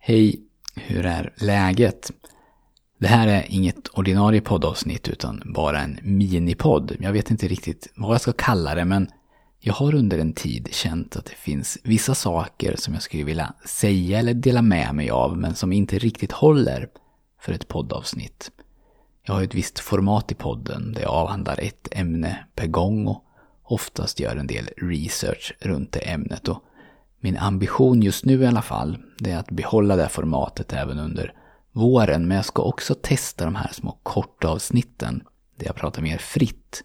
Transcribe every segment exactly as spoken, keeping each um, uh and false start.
Hej, hur är läget? Det här är inget ordinarie poddavsnitt utan bara en minipodd. Jag vet inte riktigt vad jag ska kalla det, men jag har under en tid känt att det finns vissa saker som jag skulle vilja säga eller dela med mig av, men som inte riktigt håller för ett poddavsnitt. Jag har ett visst format i podden där jag avhandlar ett ämne per gång och oftast gör en del research runt det ämnet. Och min ambition just nu i alla fall, det är att behålla det här formatet även under våren. Men jag ska också testa de här små korta avsnitten där jag pratar mer fritt.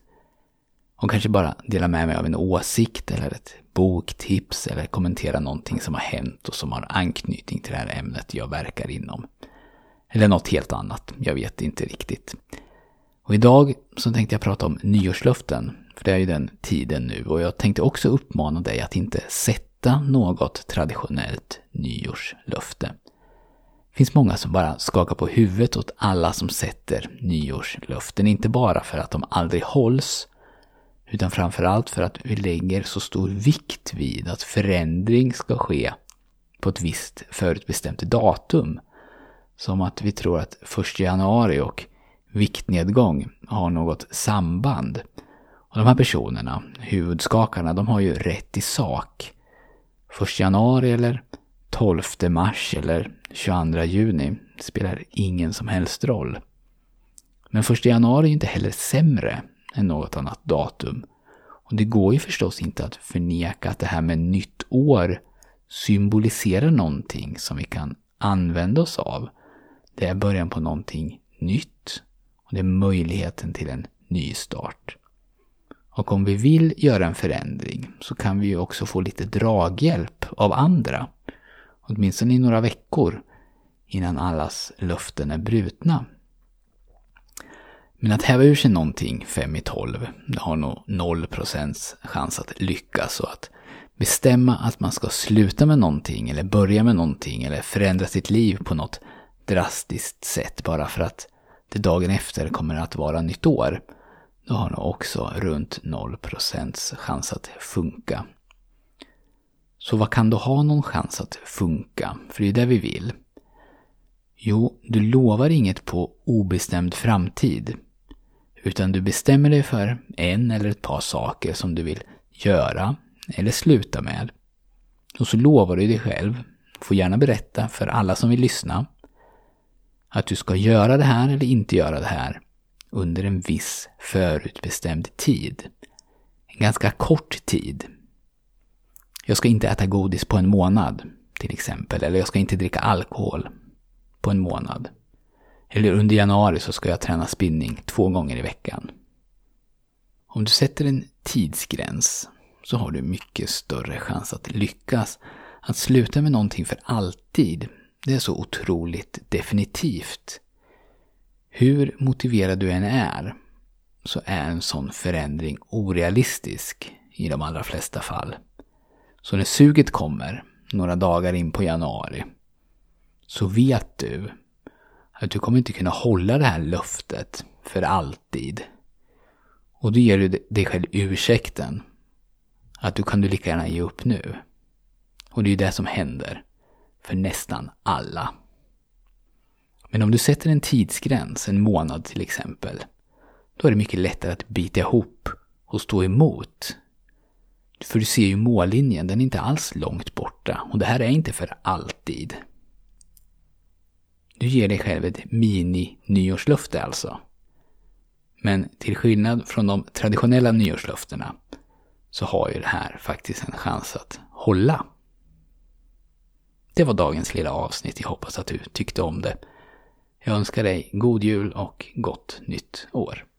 Och kanske bara dela med mig av en åsikt eller ett boktips eller kommentera någonting som har hänt och som har anknytning till det här ämnet jag verkar inom. Eller något helt annat, jag vet inte riktigt. Och idag så tänkte jag prata om nyårslöften, för det är ju den tiden nu. Och jag tänkte också uppmana dig att inte sätta något traditionellt nyårslöfte. Det finns många som bara skakar på huvudet åt alla som sätter nyårslöften. Inte bara för att de aldrig hålls, utan framförallt för att vi lägger så stor vikt vid att förändring ska ske på ett visst förutbestämt datum. Som att vi tror att första januari och viktnedgång har något samband. Och de här personerna, huvudskakarna, de har ju rätt i sak. Första januari eller tolfte mars eller tjugoandra juni spelar ingen som helst roll. Men första januari är inte heller sämre än något annat datum. Och det går ju förstås inte att förneka att det här med nytt år symboliserar någonting som vi kan använda oss av. Det är början på någonting nytt och det är möjligheten till en ny start. Och om vi vill göra en förändring så kan vi ju också få lite draghjälp av andra. Åtminstone i några veckor innan allas löften är brutna. Men att häva ur sig någonting fem i tolv, det har nog noll procent chans att lyckas. Och att bestämma att man ska sluta med någonting eller börja med någonting eller förändra sitt liv på något drastiskt sätt bara för att det dagen efter kommer att vara nytt år, då har nog också runt noll procent chans att funka. Så vad kan då ha någon chans att funka? För det är det vi vill. Jo, du lovar inget på obestämd framtid. Utan du bestämmer dig för en eller ett par saker som du vill göra eller sluta med. Och så lovar du dig själv, får gärna berätta för alla som vill lyssna, att du ska göra det här eller inte göra det här under en viss förutbestämd tid. En ganska kort tid. Jag ska inte äta godis på en månad till exempel. Eller jag ska inte dricka alkohol på en månad. Eller under januari så ska jag träna spinning två gånger i veckan. Om du sätter en tidsgräns så har du mycket större chans att lyckas. Att sluta med någonting för alltid, det är så otroligt definitivt. Hur motiverad du än är så är en sån förändring orealistisk i de allra flesta fall. Så när suget kommer några dagar in på januari så vet du att du kommer inte kunna hålla det här löftet för alltid. Och då ger du dig själv ursäkten att du kan du lika gärna ge upp nu. Och det är ju det som händer för nästan alla. Men om du sätter en tidsgräns, en månad till exempel, då är det mycket lättare att bita ihop och stå emot. För du ser ju mållinjen, den är inte alls långt borta. Och det här är inte för alltid. Du ger dig själv ett mini-nyårslöfte alltså. Men till skillnad från de traditionella nyårslöftena så har ju det här faktiskt en chans att hålla. Det var dagens lilla avsnitt. Jag hoppas att du tyckte om det. Jag önskar dig god jul och gott nytt år.